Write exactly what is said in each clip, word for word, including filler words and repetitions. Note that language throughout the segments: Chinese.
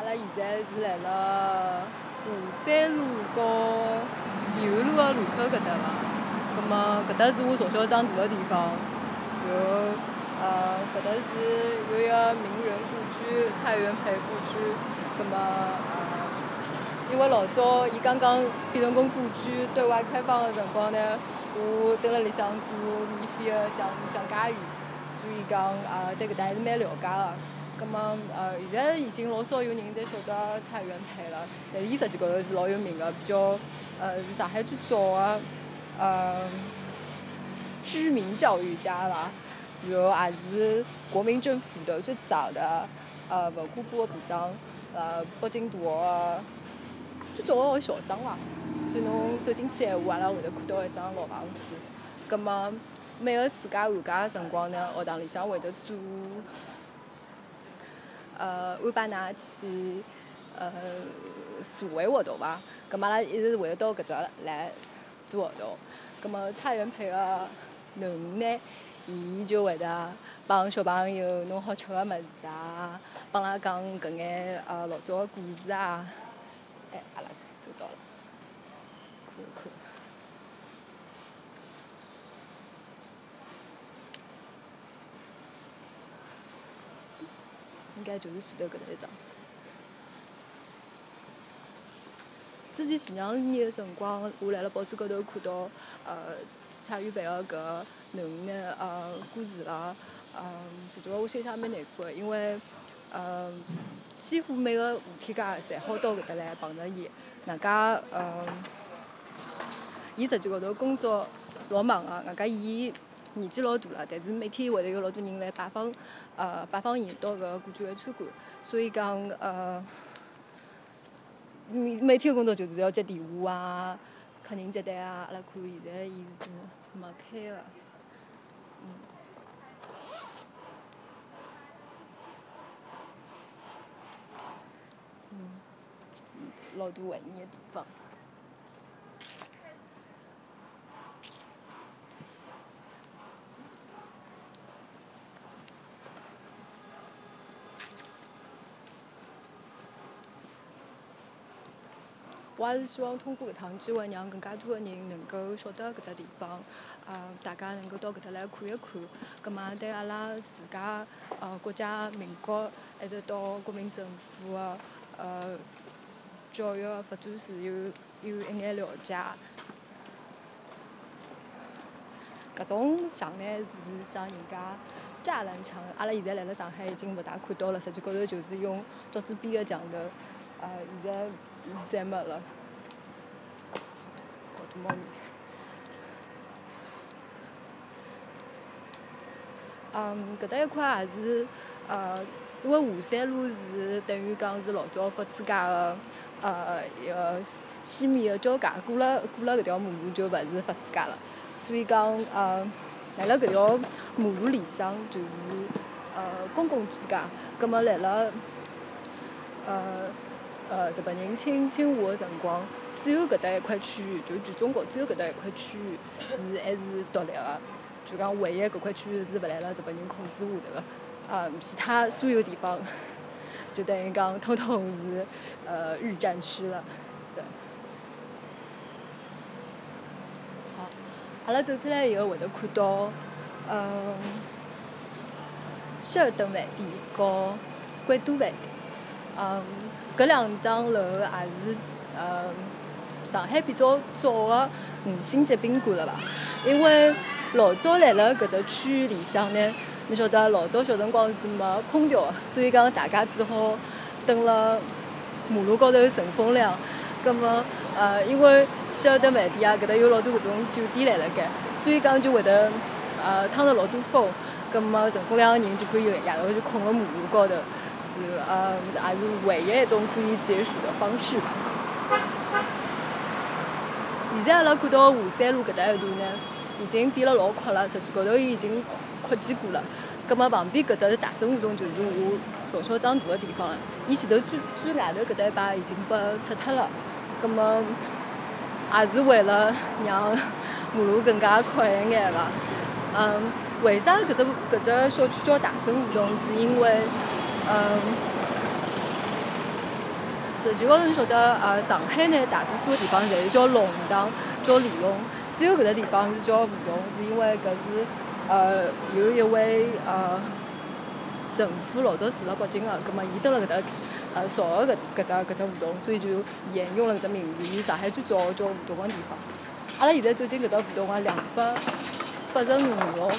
拉现在是来了华山路和延安路个路口搿搭伐。葛末搿搭是我从小长大个地方。然后呃，搿搭是有一个名人故居，蔡元培故居。葛末呃，因为老早伊刚刚变成功故居对外开放个辰光呢，我蹲辣里向做免费个讲讲解员，所以讲呃对搿搭还是蛮了解个。葛末呃，现在已经老少有人侪晓得蔡元培了，但是伊实际高头是老有名个，比较呃是上海最早个呃知名教育家伐。然后也是国民政府的最早的呃文化部的部长，呃北京大学的最早的校长伐。所以侬走进去闲话，阿拉会得看到一张老房子。葛末每个暑假寒假个辰光呢，学堂里向会得做。呃，安排㑚去呃社会活动伐？咁阿拉一直会得到搿搭来做活动。咁么蔡元培个囡恩呢，伊就会得帮小朋友弄好吃个物事啊，帮伊拉讲搿眼呃老早个故事啊。哎，阿拉走到了，看看。应该就是前头搿搭一张。之前前两年个辰光，我辣辣报纸高头看到，呃，蔡元培个搿个囡恩呢，呃，过世了，嗯，实际话我心里向蛮难过个，因为，呃，几乎每个夏天家侪好到搿搭来碰着伊，外加，呃，伊实际高头工作老忙个，外加伊年纪老大了，但是每天会得有老多人来拜访，呃，拜访伊到搿个故居来参观，所以讲，呃。每每天的工作就是要接电话啊、客人接待啊。阿拉看现在伊是没开个，嗯，嗯，老多怀念个地方。我也是希望通过搿趟机会，让更加多个人能够晓得搿只地方，呃，大家能够到搿搭来看一看。葛末对阿拉自家呃国家民国，一直到国民政府个呃教育个发展史有有一眼了解。搿种墙呢是像人家栅栏墙，阿拉现在辣辣上海已经勿大看到了，实际高头就是用竹子编个墙头，呃，现在。侪没了，好多猫咪。嗯，搿搭一块也是，呃，因为华山路是等于讲是老早法租界个呃一个西面个交界，过了过了搿条马路就勿是法租界了，所以讲呃，辣辣搿条马路里向就是呃公共之家，葛末辣辣呃。呃，日本人侵侵华个辰光，只有搿搭一块区域，就全中国只有搿搭一块区域是还是独立个，就讲唯一搿块区域是勿辣辣日本人控制下头个，呃，其他所有地方就等于讲统统是呃日战区了，对。好，阿拉走出来以后会得看到，嗯，希尔顿饭店和贵都饭店，嗯。搿两幢楼也是呃上海比较早个五星级宾馆了伐？因为老早辣辣搿只区域里向呢，侬晓得老早小辰光是没空调个，所以讲大家只好蹲辣马路高头乘风凉。葛末呃，因为希尔顿饭店啊，搿搭有老多搿种酒店辣辣盖，所以讲就会得呃趟着老多风。葛末乘风凉个人就可以夜到就困辣马路高头。呃，也是唯一一种可以解暑的方式。现在阿拉看到华山路搿搭一段呢，已经变了老阔了，实际高头伊已经扩建过了。葛末旁边搿搭是大生活动，就是我从小长大个地方了。伊前头最最外头搿搭一排已经被拆脱了，葛末也是为了让马路更加宽一眼伐。嗯，为啥搿只搿只小区叫大生活动？是因为嗯， 实际高头侬晓得，呃，上海呢大多数个地方侪是叫弄堂，叫里弄，只有搿个地方是叫梧桐，是因为搿是呃有一位呃神父老早住辣北京个，葛末伊蹲辣搿搭呃造个搿搿只搿只梧桐，所以就沿用了搿只名字，是上海最早叫梧桐个地方。阿拉现在走进搿搭梧桐啊，两百八十五号，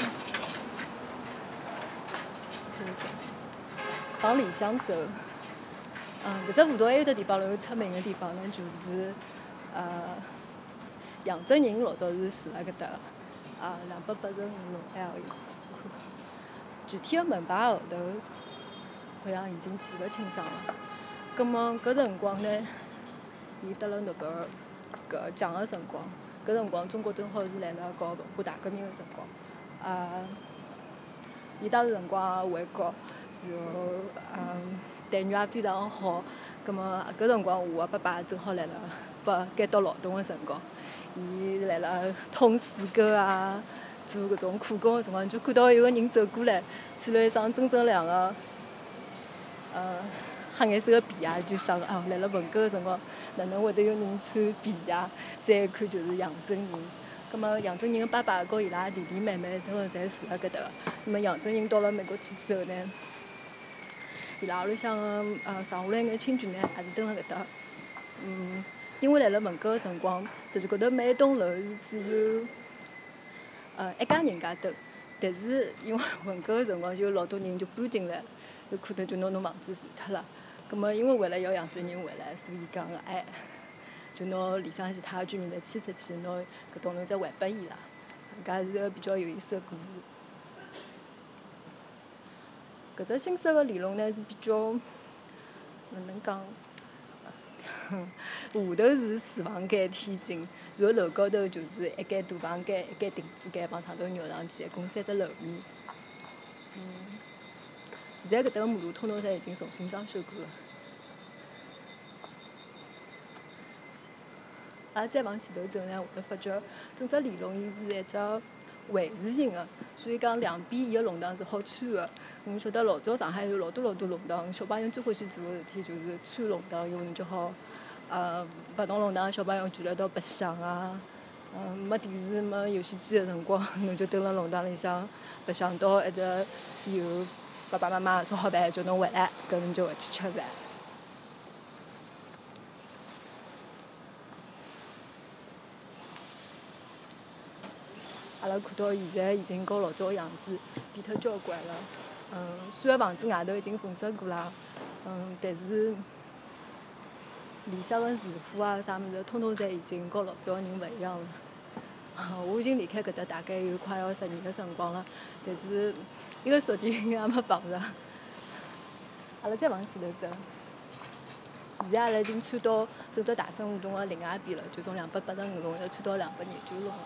往里向走。嗯，搿只梧桐还有只地方老出名个地方呢，就是呃杨振宁老早是住辣搿搭个，啊两百八十五弄还有具体个门牌号头好像已经记勿清爽了。葛末搿辰光呢，伊得了诺贝尔搿奖个辰光，搿辰光中国正好是辣辣搞文化大革命个辰光，啊，伊当时辰光也回国，然后嗯。待遇也非常好，葛末搿辰光我个爸爸正好辣辣拨监督劳动个辰光，伊辣辣捅水沟啊，做搿种苦工个辰光，就看到有个人走过来，穿了一双锃锃亮个呃黑颜色个皮鞋，就想啊，辣辣文革个辰光哪能会得有人穿皮鞋？再一看就是杨振宁。葛末杨振宁个爸爸和伊拉弟弟妹妹最后侪住辣搿搭个。葛末杨振宁到了美国去之后呢？伊拉屋里向个呃剩下来眼亲眷呢，也是蹲辣搿搭。嗯，因为辣辣文革个辰光，实际高头每一栋楼是只有呃一家人家蹲，但是因为文革个辰光，就老多人就搬进来，有可能就拿侬房子传脱了。葛末因为为了要杨振宁回来，所以讲个哎，就拿里向其他居民侪迁出去，拿搿栋楼再还拨伊拉。搿也是个比较有意思个故事。搿只新式个里弄呢是比较哪能讲？下头是厨房间、天井，然后楼高头就是一间大房间、一间亭子间帮窗头绕上去，一共三只楼面。嗯，现在搿搭个马路通通侪已经重新装修过了。阿拉再往前头走呢，会得发觉整只里弄伊是一只回字形个，所以讲两边伊个弄堂是好穿个。侬晓得老早上海有老多老多弄堂，小朋友最欢喜做个事体就是穿弄堂，因为侬就好，呃，勿同弄堂小朋友聚辣一道白相啊，嗯，没电视没游戏机个辰光，侬就蹲辣弄堂里向白相到一直有爸爸妈妈烧好饭叫侬回来，搿侬就回去吃饭。阿拉看到现在已经和老早个样子变脱交关了。嗯，虽然房子外头已经粉饰过啦，嗯，但是里向个住户啊啥物事，通通侪已经和老早个人勿一样了。我已经离开搿搭大概有快要十年个辰光了，但是一个熟人也没碰着。阿拉再往前头走，现在阿拉已经穿到整只大生胡同个另外一边了，就从两百八十五弄要穿到两百廿九弄。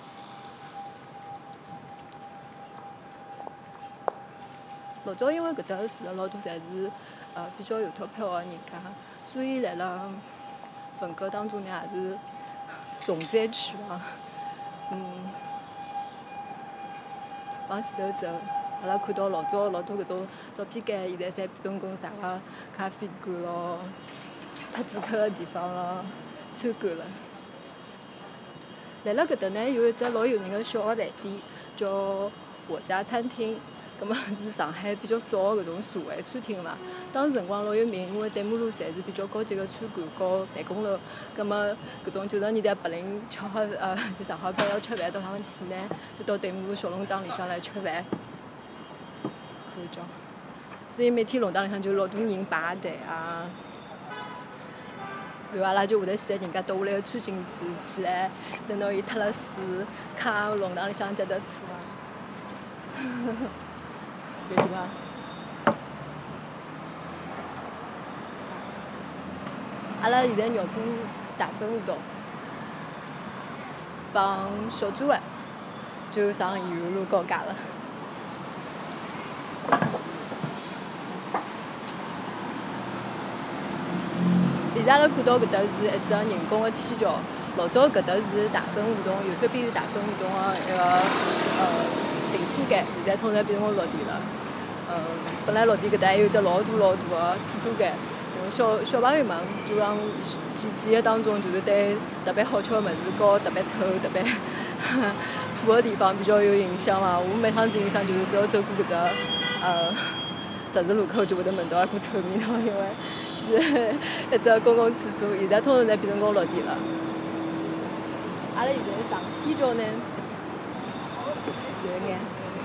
老早因为搿搭住了老多侪是呃比较有钞票个人家，所以辣辣文革当中呢也是重灾区啊。嗯，往前头走，阿拉看到老早老多搿种照片间，现在侪变成跟啥个咖啡馆咯、拍纸壳个地方咯、餐馆了。辣辣搿搭呢有一只老有名个小个饭店，叫我家餐厅。葛末是上海比较早个搿种社会餐厅嘛，当时辰光老有名，因为对马路侪是比较高级个餐馆和办公楼。葛末搿种九十年代白领吃好呃就上好班要吃饭到趟去呢，就到对马路小弄堂里向来吃饭，看叫。所以每天弄堂里向就老多人排队啊。然后阿拉就会得选人家倒下来个餐巾纸起来，等到伊脱了水，卡弄堂里向脚踏车啊。对劲啊！阿拉现在绕过大生胡同，帮小猪湾，就上延安路高架了。现在阿拉看到搿搭是一只人工个天桥，老早搿搭是大生胡同，右手边是大生胡同个一个呃停车间，现在通常变成落地了。嗯，本来落地搿搭还有只老大老大个厕所间，因为小小朋友嘛，就讲记记忆当中就是对特别好吃的物事和特别臭、特别破的地方比较有印象嘛。我每趟子印象就是只要走过搿只呃十字路口，就会得闻到一股臭味道，因为是一只公共厕所，现在通通侪变成高落地了。阿拉现在上天桥呢，有一眼。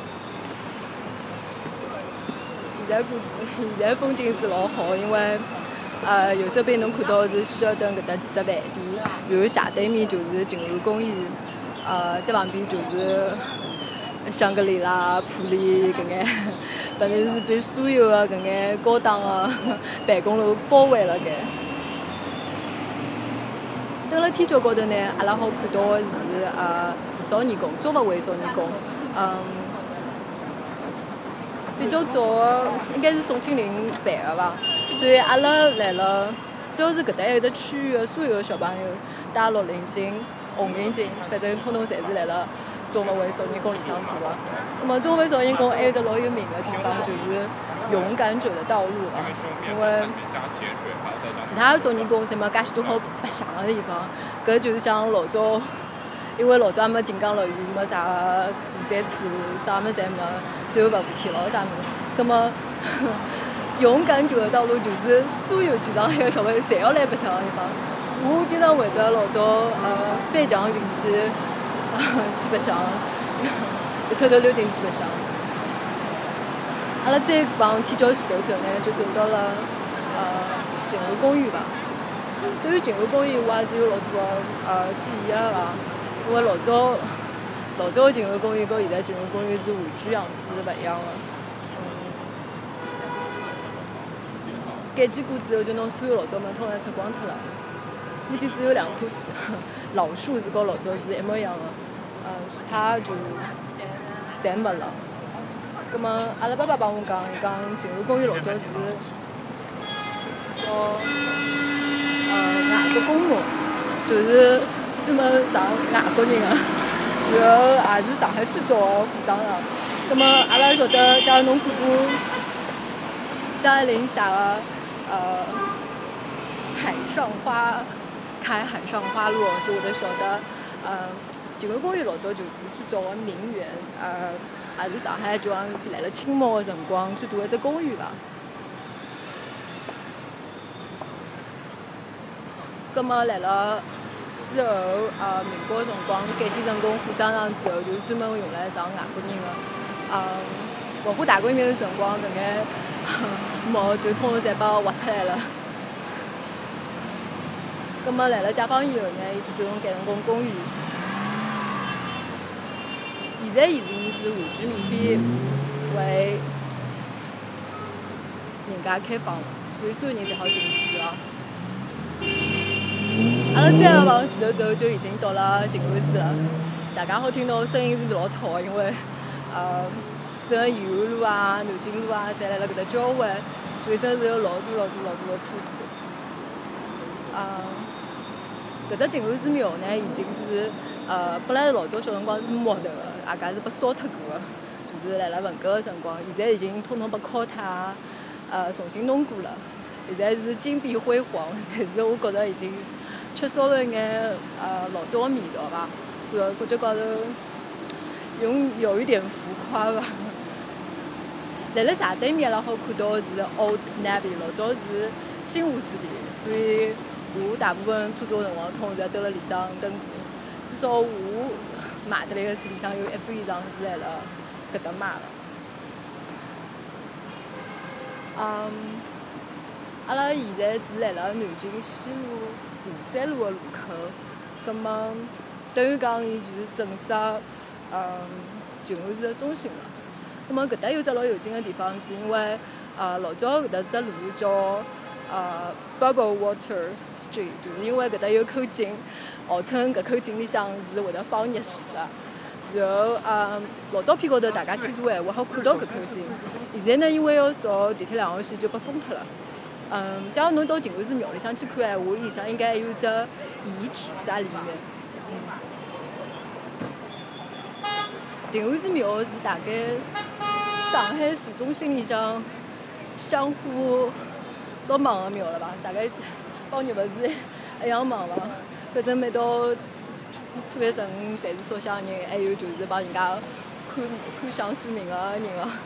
现在现在风景是老好，因为呃右手边侬看到是希尔顿搿搭几只饭店，然后斜对面就是静安公园，呃再旁边就是香格里拉、普利搿眼，本来是被所有的搿眼高档的办公楼包围了该。蹲辣天桥高头呢，阿拉好看到的是呃是少年宫，中勿会少年宫，嗯。比较早的应该是宋庆龄办的吧，所以阿拉来了，只要是搿搭有得区域的所有的小朋友，戴绿领巾、红领巾，反正通通侪是来了中勿会少年宫里向住的。那么中勿会少年宫还有只老有名的地方就是勇敢者的道路了，因为其他的少年宫侪没介许多好白相的地方，搿就是像老早。因为老早也没金刚乐园，没啥个过山车，啥么侪没，只有白虎天咯啥物事。葛么，勇敢者的道路就是所有全上海个小朋友侪要来白相个地方。我经常会得老早呃翻墙进去，呃去白相，就偷偷溜进去白相。阿拉再往天桥前头走呢，就走到了呃静安公园吧。对于静安公园，我也是有老多个呃记忆个伐。因为老早老早的静安公园和现在静安公园是完全样子勿一样的。嗯，改建过之后，就拿所有老早物统侪拆光脱了，估计只有两棵老树是和老早是一模一样的，嗯，其他就侪没了。葛末阿拉爸爸帮我讲，伊讲静安公园老早是叫呃外国公墓，就是。专门上外国人的，然后也是上海最早的火葬场。那么阿拉晓得，假如侬看过张爱玲写的呃《海上花开海上花落》，就会得晓得，呃，静安公园老早就是最早的名园，呃，也是上海就讲来了清末的辰光最大的一只公园吧。那么来了。之后，呃，民国辰光改建成功火葬场之后，就是专门用来上外国人的。嗯，文化大革命的辰光，搿眼墓就统统侪把挖出来了。葛末来了解放以后呢，伊就变成改成功公园。现在已经是完全免费为人家开放了，所以所有人侪好进去了。阿拉再往前头走，就已经到了静安寺了。大家好听到声音是老吵的，因为呃，整个延安路啊、南京路啊，侪辣辣搿搭交汇，所以真是有老多老多老多的车子。啊、呃，搿只静安寺庙呢，已经是呃，本来是老早小辰光是木头的，大家是被烧脱过的，就是辣辣文革的辰光，现在已经统统被敲塌，呃，重新弄过了。现在是金碧辉煌，但是我觉着已经。缺少了一眼呃老早的味道吧，感感觉高头有有一点浮夸吧。辣辣斜对面，阿拉好看到的是 Old Navy， 老早是新华书店，所以我大部分初中的辰光通常蹲辣里向等，至少我买得来的书里向有一半以上是辣辣搿搭买的。嗯，阿拉现在是辣辣南京西路。华山路的路口，葛末等于讲伊就是整只嗯静安寺的中心了。葛末搿搭有只老有劲个地方，是因为呃老早搿搭只路叫呃 Bubble Water Street， 就是因为搿搭有口井，号称搿口井里向是会得放热水个。然后呃老早片高头大家去做闲话好看到搿口井，现在呢因为要造地铁两号线就被封脱了。嗯，假如侬到静安寺庙里向去看闲话，里向应该还有只遗址在里面。静安寺庙是大概上海市中心里向相互老忙个庙了吧？大概帮肉勿是一样忙伐？反正每到初一十五，侪是烧香人，还有就是帮人家看看相算命个人哦。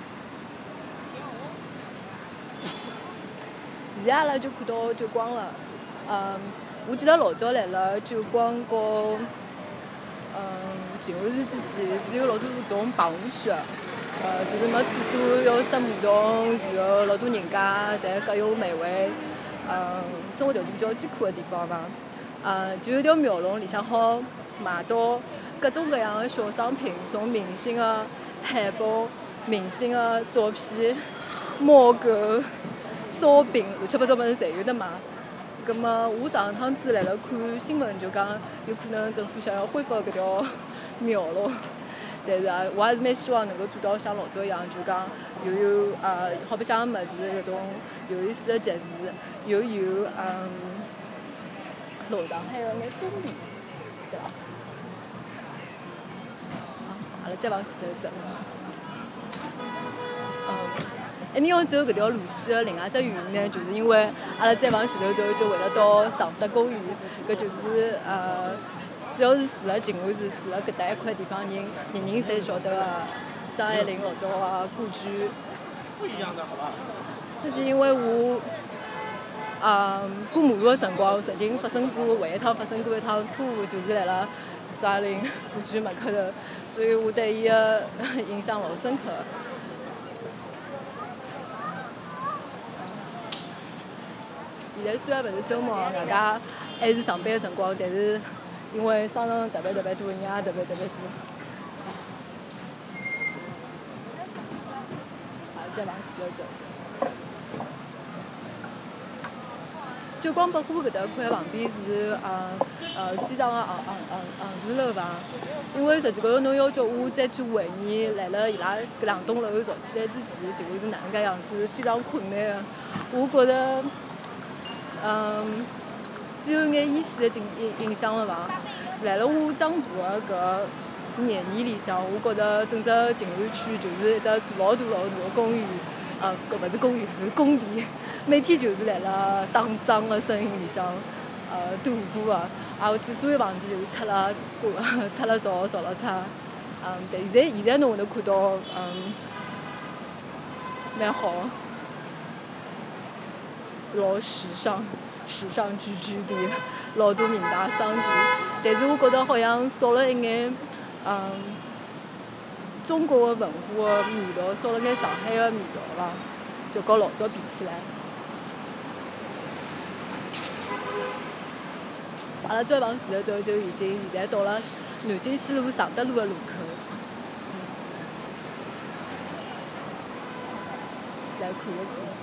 现在阿拉就看到酒光了，嗯，我记得老早来了酒光和嗯静安寺之间是有老多种棚户区的，呃，就是没厕所，要塞马桶，然后老多人家侪各有美味，嗯，生活条件比较艰苦的地方嘛，呃，就有条庙龙里向好买到各种各样的小商品，从明星的海报、明星的照片、猫狗。烧饼，乱七八糟物事侪有得买。葛末我上一趟子来了看新闻，就讲有可能政府想要恢复搿条庙咯。但是啊，我还是蛮希望能够做到像老早一样，就讲又有呃好白相个物事，搿种有意思个节日，又有嗯老上海个眼东西，对伐？好，阿拉再往前头走。嗯。一定要走搿条路线的另外一只原因呢，就是因为阿拉再往前头走，就会得到常德公园，搿就是呃，只要是住辣静安寺、住辣搿搭一块地方人，人人侪晓得个张爱玲老早个故居。不一样的，好吧？之前因为我呃过马路个辰光，曾经发生过唯一一趟发生过一趟错误，就是辣辣张爱玲故居门口头，所以我对伊个印象老深刻。现在虽然勿是周末，大家还是上班个辰光，但是因为商场特别特别多，人也特别特别多。好，再往前头走走。九光百货搿搭块旁边是呃呃机场个航航航航船楼房，因为实际高头侬要叫我再去回忆来了伊拉搿两栋楼造起来之前，就会是哪能介样子，非常困难个。我觉着。嗯，只有眼依稀的印印印象了伐？来了我长大的搿廿年里向，我觉着整只静安区就是一只老大老大的公园，呃，搿勿是公园，是工地，每天就是来了打仗的声音里向，呃，度过的。挨下去所有房子就是拆了挂，拆了造，造了拆。嗯，但现在现在侬会得看到，嗯，蛮好。老时尚，时尚聚居地，老多名牌商店，但是我觉得好像少了一眼，嗯，中国的文化的味道，少了眼上海的味道伐？就和老早比起来。阿拉再往前头走，就已经现在到了南京西路常德路的路口。来看一看。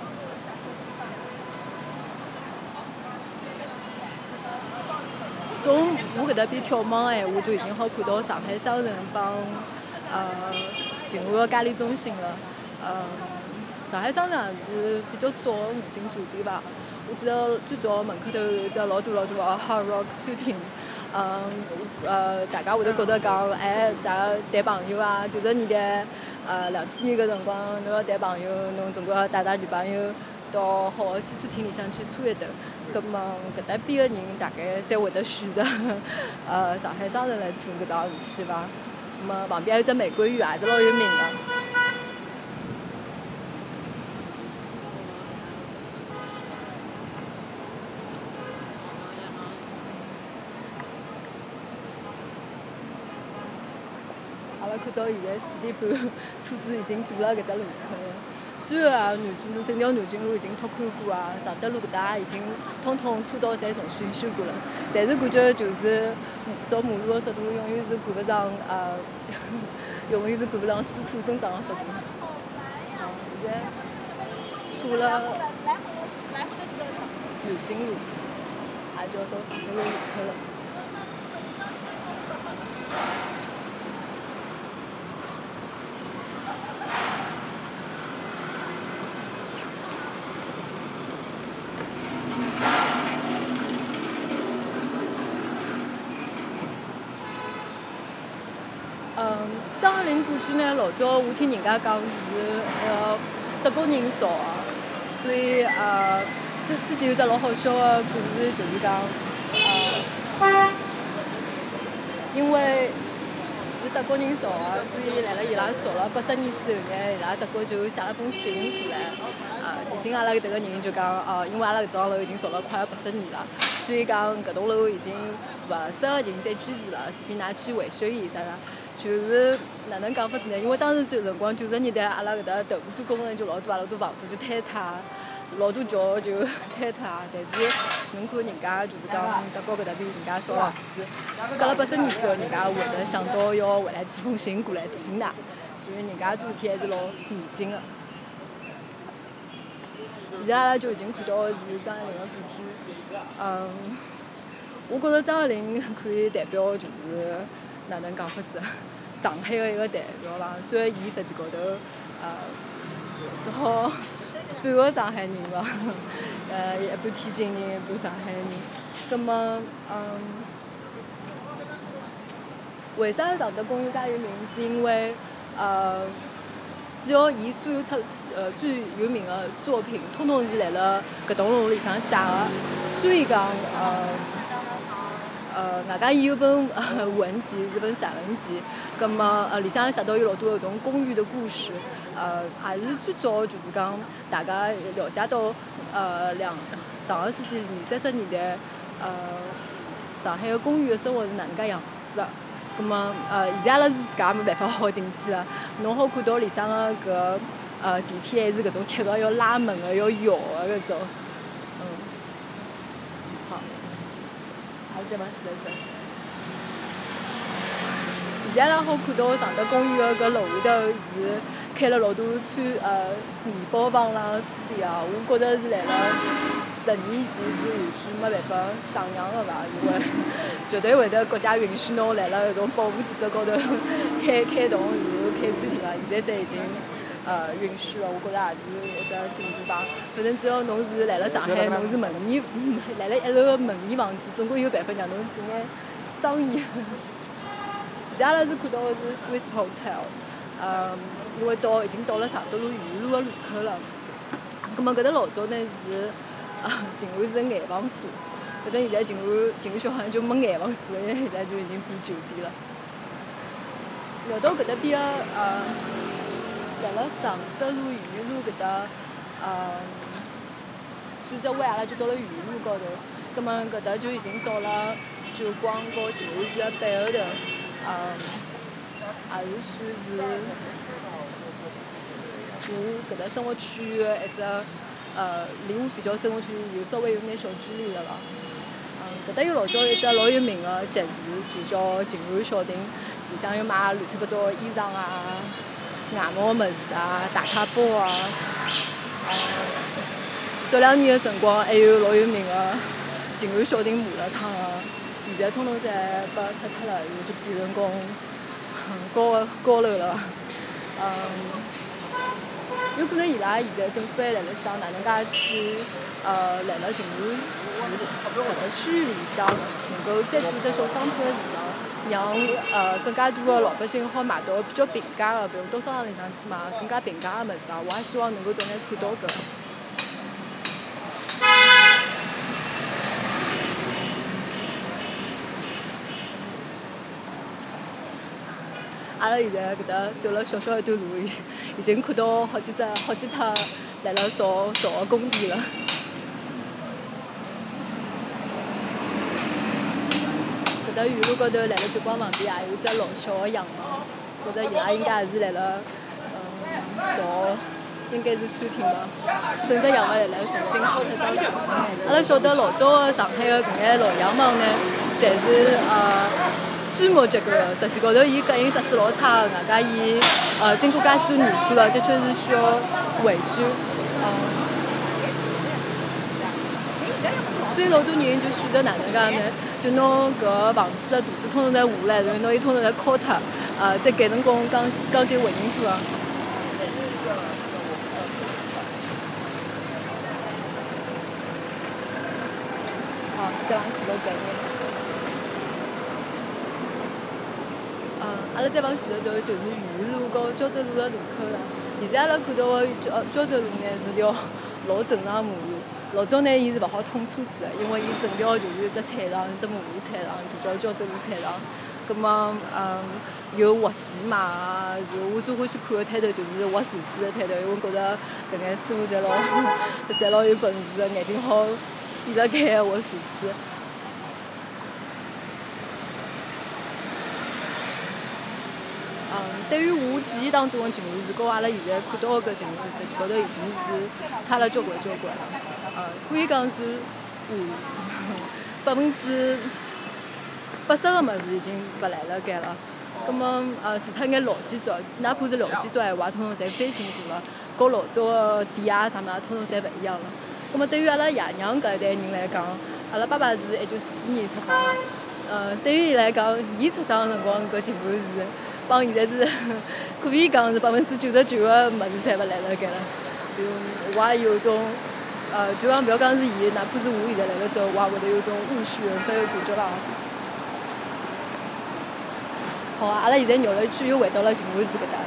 从我搿搭边眺望个闲话，就已经好看到上海商城帮呃静安个嘉里中心了。呃，上海商场是比较早个五星酒店伐？我记得最早门口头有一只老大老大个 Hard Rock 餐厅。嗯，呃，大家会得觉得讲，哎，大家谈朋友啊，九十年代，呃，两千年搿辰光，侬要谈朋友，侬总归要带带女朋友到好个西餐厅里向去搓一顿。葛末搿搭边个人大概侪会得选择呃上海商城来做搿桩事体伐。葛末旁边还有只玫瑰园，也是老有名个。阿拉看到现在四点半，车子已经堵了搿只路口了。虽然啊，南京路整条南京路已经拓宽过啊，常德路搿搭已经通通车道侪重新修过了，但是感觉就是走马路的速度永远是赶勿上呃，永远是赶勿上私车增长的速度。好，现在过了南京路，也就要到常德路路口了。嗯，张爱玲故居呢，老早我听人家讲是呃德国人造的， 所以呃，之之前有只老好笑的故事，就是讲呃，因为是德国人造的，所以辣辣伊拉造了八十年之后呢，伊拉德国就写了封信过来，呃，提醒阿拉搿搭个人就讲哦，因为阿拉搿幢楼已经造了快要八十年了，所以讲搿栋楼已经勿适合人再居住了，除非㑚去维修伊啥个。就是哪能讲法子呢？因为当时就辰光九十年代，阿拉搿搭豆腐做工人就老多，老多房子就坍塌，老多桥就坍塌。但是侬看人家就是讲德国搿搭边人家造房子，隔了八十年之后，人家会得想到要回来寄封信过来提醒㑚，所以人家做事体还是老严谨个。现在阿拉就已经看到是张爱玲个故居，嗯，我觉着张爱玲可以代表就是哪能讲法子？上海个一个代表啦，虽然伊实际高头，呃，只好半个上海人伐，呃，一半天津人，一半上海人。葛么，嗯，为啥常德公园介有名？是因为，呃，只要伊所有出呃最有名个作品，统统是辣辣搿栋楼里向写个，所以讲，呃。呃，外加伊有本呃文集，是本散文集，葛么呃里向写到有老多搿种公寓的故事，呃，也是最早就是讲大家了解到呃两上个世纪二三十年代，呃上海个公寓的生活是哪能介样子个。葛么呃现在阿拉是自家没办法好进去了，侬好看到里向个搿呃电梯还是搿种铁个要拉门个要摇个搿种。再往前头走。现在阿拉好看到常德公园个搿楼下头是开了老多穿呃面包房啦、书店啊，我觉着是辣辣十年前是完全没办法想象个伐，因为绝对会得国家允许侬辣辣搿种保护建筑高头开开栋，然后开餐厅个，现在侪已经呃允许了，我觉着也是一只进步吧。反正只要侬是辣辣上海，侬是门面，辣辣一楼个门面房子，总归有办法让侬做眼生意。现在阿拉是看到个是 Swiss Hotel， 呃，因为到已经到了常德路豫园路个路口了。葛末搿搭老早呢是呃静安是个眼房所，反正现在静安静安区好像就没眼房所了，因为现在就已经变酒店了。聊到搿搭边个呃。辣辣常德路豫园路搿搭，呃，转折弯阿拉就到了豫园路高头，葛末搿搭就已经到了九光和静安寺个背后头，呃，也是算是我搿搭生活区域个一只，呃，离我比较生活区有稍微有眼小距离了啦。嗯，搿搭有老早一只老有名个集市，就叫静安小店，里向有卖乱七八糟个衣裳啊。外贸个物事啊，打卡包啊，呃，早两年个辰光还有老有名个静安小din麻辣烫个，现在统统侪被拆脱了，然后就变成讲很高个高楼了。嗯，有可能伊拉现在政府还辣辣想哪能介去呃，辣辣静安市搿只区域里向能够再做只小商铺个市场。让呃更加多的老百姓好买到比较平价的，比如到商场里向去买更加平价的物事伐，我也希望能够早眼看到搿。阿拉现在搿搭走了小小一段路，已已经看到好几只好几趟辣辣造造个工地了。搿搭原路高头，辣辣九光旁边也有只老小个洋房，觉着伊拉应该也是辣辣嗯造，应该是餐厅吧。整只洋房辣辣重新敲脱装修。阿拉晓得老早个上海个搿眼老洋房呢，侪是呃砖木结构个，实际高头伊隔音设施老差个，外加伊呃经过介许多年数了，的确是需要维修。嗯。所以老多人就选择哪能介呢？就拿搿房子的肚子统统侪下来，然后拿伊统统侪敲脱，呃，再改成工钢钢筋混凝土个。好，再往前头走。嗯，阿拉再往前头走就是豫园路和胶州路个路口了。现在阿拉看到个胶胶州路呢是条老正常马路。老早呢，伊是勿好通车子的，因为伊正标就是一只菜场，一只马路菜场，就叫胶州路菜场。葛末，嗯，有活鸡卖啊，然后我最欢喜看个摊头就是活寿司的摊头，因为我觉着搿眼师傅侪老，侪老有本事的，眼睛好闭辣盖活寿司。嗯，对于我记忆当中的静安寺，跟阿拉现在看到的搿静安寺，实际高头已经是差了交关交关了。呃，可以讲是嗯，百分之八十个物事已经勿来辣盖了。葛末呃，除脱眼老建筑，哪怕是老建筑闲话，统统侪翻新过了，和老早个店啊啥物事，统统侪勿一样了。葛末对于阿拉爷娘搿一代人来讲，阿拉爸爸是一九四四年出生个，呃，对于伊来讲，伊出生个辰光搿静安寺，帮现在是可以讲是百分之九十九个物事侪勿来辣盖了。就我也有种，呃，就讲勿要讲是伊，哪怕是我现在辣个时候，我也会得有种物是人非个感觉伐。好啊，阿拉现在绕了一圈又回到了静安寺搿搭。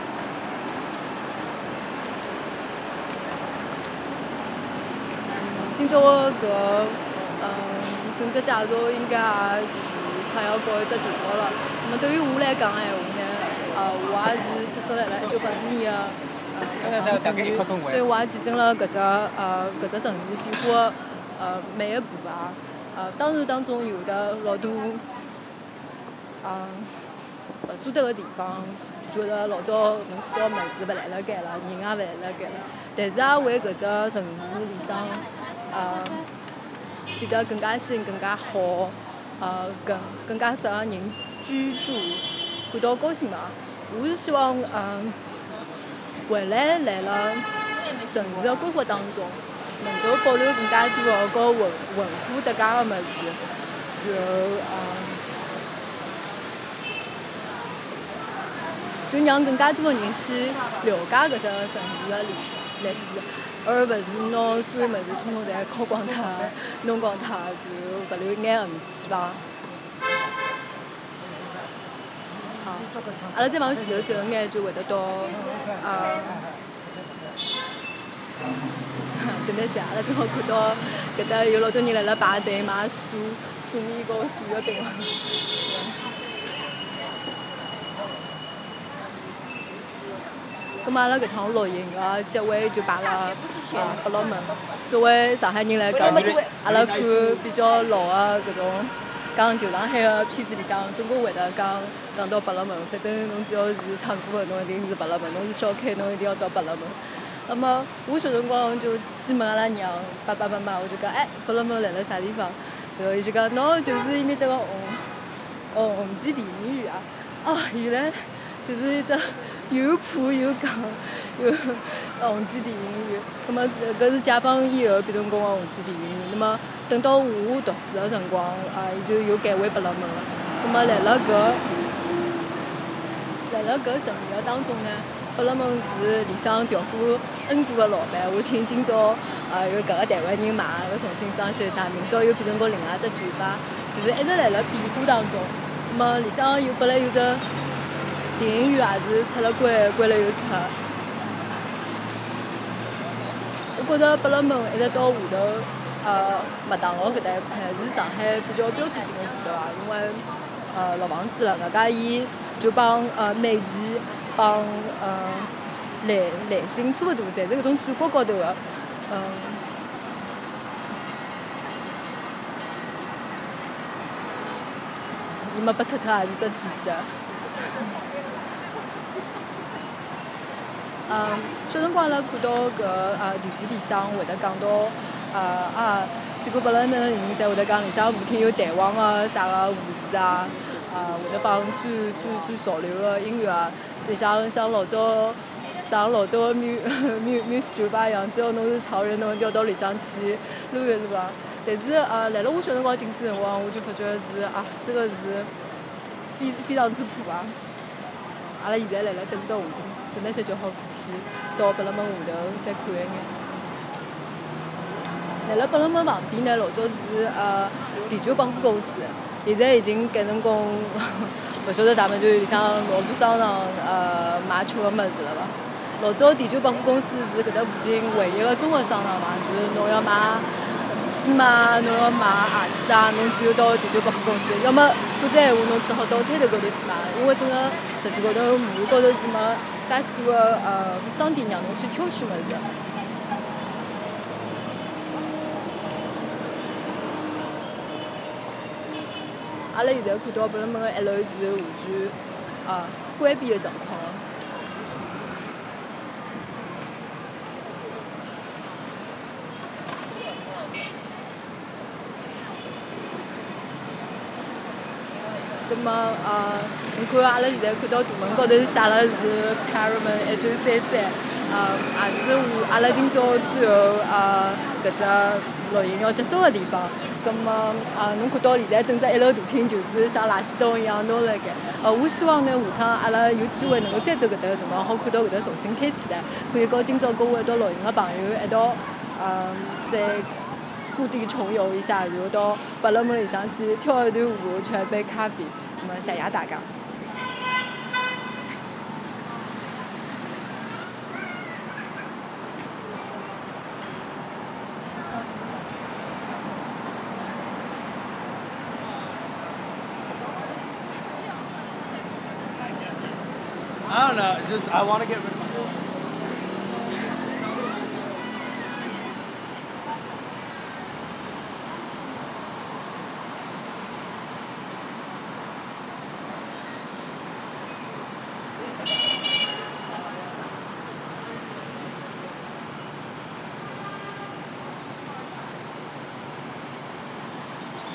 今朝个搿嗯整只介绍应该也就快要告一只段落了。那么对于我来讲闲话呢，呃，我也是出生辣辣一九八五年个呃上海市区，所以我也见证了搿只呃搿只城市变化呃每一步伐。呃，当然当中有的老多呃勿舍得个地方，觉着老早侬看到物事勿来辣盖了，人也勿来辣盖了，但是也为搿只城市里向呃变得更加新、更加好，呃更更加适合人居住，感到高兴伐？我是希望呃未来来了城市个规划当中，能够保留更加多个和文文化搭界个物事，然后呃。就让更加多个人去了解搿只城市个历史，历史，而勿是拿所有物事统统侪敲光脱、弄光脱，然后勿留一眼痕迹伐。好，阿拉再往前头走一眼，就会得到呃，等等下，阿拉正好看到搿搭有老多人辣辣排队买素素面糕、素月饼。咁阿拉搿趟录影个结尾就摆了呃百乐门。作为上海人来讲，阿拉看比较老个搿种讲旧上海个片子里向，总归会得讲讲到百乐门。反正侬只要是唱歌个，侬一定是百乐门；侬是小开，侬一定要到百乐门。那么我小辰光就去问阿拉娘爸爸妈妈，我就讲哎，百乐门辣辣啥地方？然后伊就讲喏，就是伊面搭个红红红基电影院啊。哦，原来就是一只。又破又戆又红基电影院，那么搿是解放以后变成功个红基电影院。那么等到我读书个辰光，啊，伊就又改为百乐门了。那么辣辣搿辣辣搿成立个当中呢，百乐门是里向调过 N 多个老板。我听今朝啊有搿个台湾人买，要重新装修一下，明朝又变成过另外一只酒吧，就是一直辣辣变化当中。那么里向有本来有只。电影院也是出了关，关了又出。我觉着百乐门一直到下头，呃，麦当劳搿搭一块是上海比较标志性的建筑伐，因为呃老房子了，外加伊就帮呃美琪帮呃兰兰心差勿多，侪是搿种转角高头个，嗯。伊没拨脱脱也是只季节。嗯，小辰光阿拉看到搿呃电视里向会得讲到，呃啊，去过百乐门个人侪会得讲里向舞厅有弹簧个啥个护士啊，啊会得放最最最潮流个音乐啊，就像像老早像老早个 mu mu music 酒吧一样，只要侬是潮人，侬一定要到里向去撸个是伐？但是呃，辣辣我小辰光进去辰光，我就发觉是啊，这个是非非常之破啊。阿拉现在辣辣等着下头，等那些就好过去到百乐门下头再看一眼。辣辣百乐门旁边呢，老早是呃地久百货公司，现在已经改成功，勿晓得啥物事，就里向老多商场呃卖吃个物事了伐。 老早第九百货公司是搿搭附近唯一个综合商场嘛，就是侬要买书嘛，侬要买鞋子啊，侬只有到第九百货公司，要么否则闲话侬只好到摊头高头去买，因为整个实际高头马路高头是没介许多个呃商店让侬去挑选物事。阿拉现在看到百乐门个一楼是完全啊关闭个状况。葛末呃，侬看阿拉现在看到大门高头写了是 Paramour 一九三三，呃，也是我阿拉今朝最后呃搿只录音要结束个地方。葛末呃，侬看到现在整只一楼大厅就是像垃圾桶一样拿辣盖。呃，我希望呢下趟阿拉有机会能够再走搿搭个辰光，好看到搿搭重新开起来，可以和今朝跟我一道录音个朋友一道呃再故地重游一下，然后到百乐门里向去跳一段舞，吃一杯咖啡。那么谢谢大家。 I don't know. Just I want to get rid of